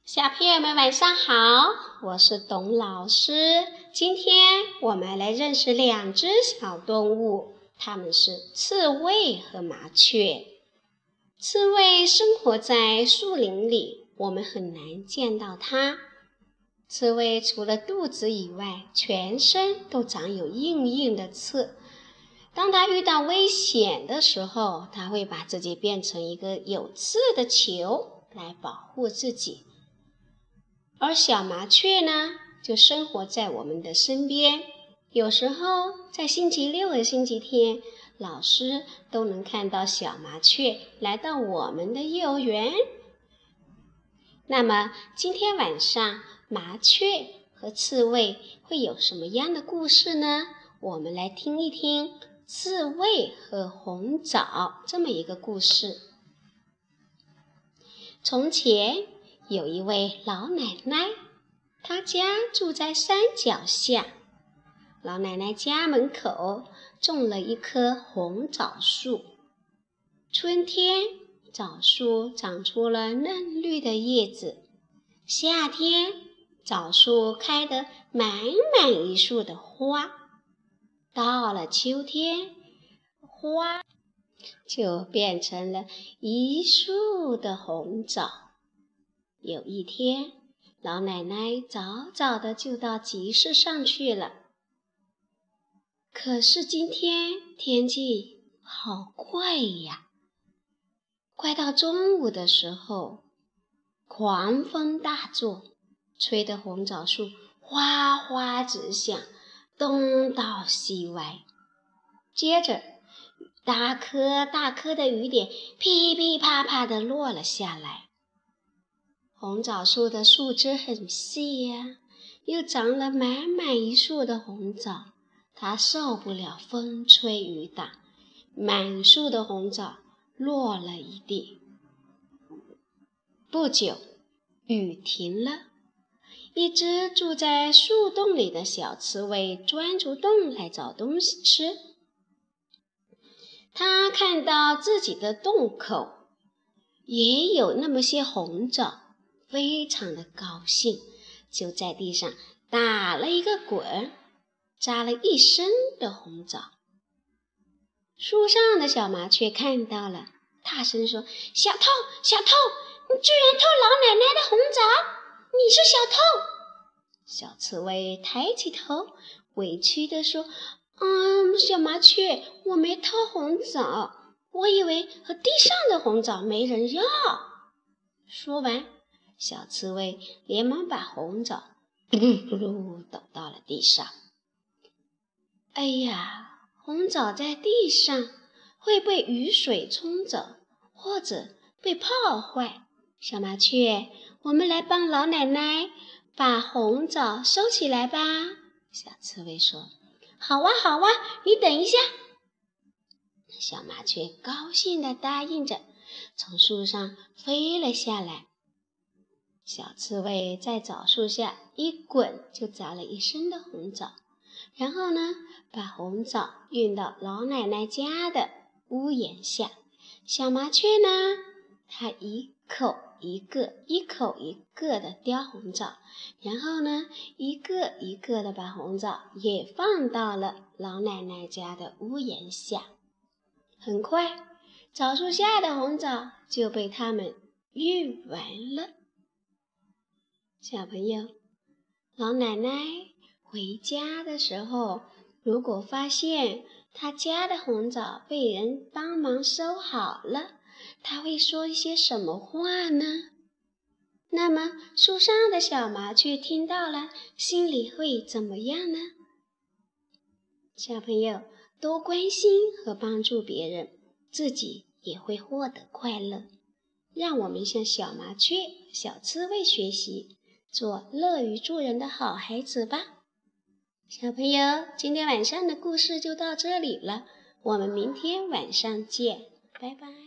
小朋友们晚上好，我是董老师。今天我们来认识两只小动物，它们是刺猬和麻雀。刺猬生活在树林里，我们很难见到它。刺猬除了肚子以外，全身都长有硬硬的刺。当它遇到危险的时候，它会把自己变成一个有刺的球来保护自己。而小麻雀呢，就生活在我们的身边。有时候在星期六和星期天，老师都能看到小麻雀来到我们的幼儿园。那么今天晚上，麻雀和刺猬会有什么样的故事呢？我们来听一听刺猬和红枣这么一个故事。从前有一位老奶奶，她家住在山脚下。老奶奶家门口种了一棵红枣树。春天，枣树长出了嫩绿的叶子；夏天，枣树开得满满一树的花。到了秋天，花就变成了一树的红枣。有一天，老奶奶早早的就到集市上去了。可是今天天气好怪呀！快到中午的时候，狂风大作，吹得红枣树哗哗直响，东倒西歪。接着，大颗大颗的雨点噼噼啪啪地落了下来。红枣树的树枝很细呀，又长了满满一树的红枣，它受不了风吹雨打，满树的红枣落了一地。不久，雨停了，一只住在树洞里的小刺猬钻出洞来找东西吃。它看到自己的洞口也有那么些红枣，非常的高兴，就在地上打了一个滚，扎了一身的红枣。树上的小麻雀看到了，大声说：“小偷，小偷，你居然偷老奶奶的红枣，你是小偷！”小刺猬抬起头，委屈地说：“小麻雀，我没偷红枣，我以为和地上的红枣没人要。”说完，小刺猬连忙把红枣咕噜咕噜倒到了地上。哎呀，红枣在地上会被雨水冲走，或者被泡坏。小麻雀，我们来帮老奶奶把红枣收起来吧。小刺猬说：“好啊，好啊，你等一下。”小麻雀高兴地答应着，从树上飞了下来。小刺猬在枣树下一滚，就砸了一身的红枣，然后呢，把红枣运到老奶奶家的屋檐下。小麻雀呢，它一口一个，一口一个的叼红枣，然后呢，一个一个的把红枣也放到了老奶奶家的屋檐下。很快，枣树下的红枣就被它们运完了。小朋友，老奶奶回家的时候，如果发现她家的红枣被人帮忙收好了，她会说一些什么话呢？那么树上的小麻雀听到了，心里会怎么样呢？小朋友，多关心和帮助别人，自己也会获得快乐。让我们向小麻雀、小刺猬学习，做乐于助人的好孩子吧。小朋友，今天晚上的故事就到这里了，我们明天晚上见，拜拜。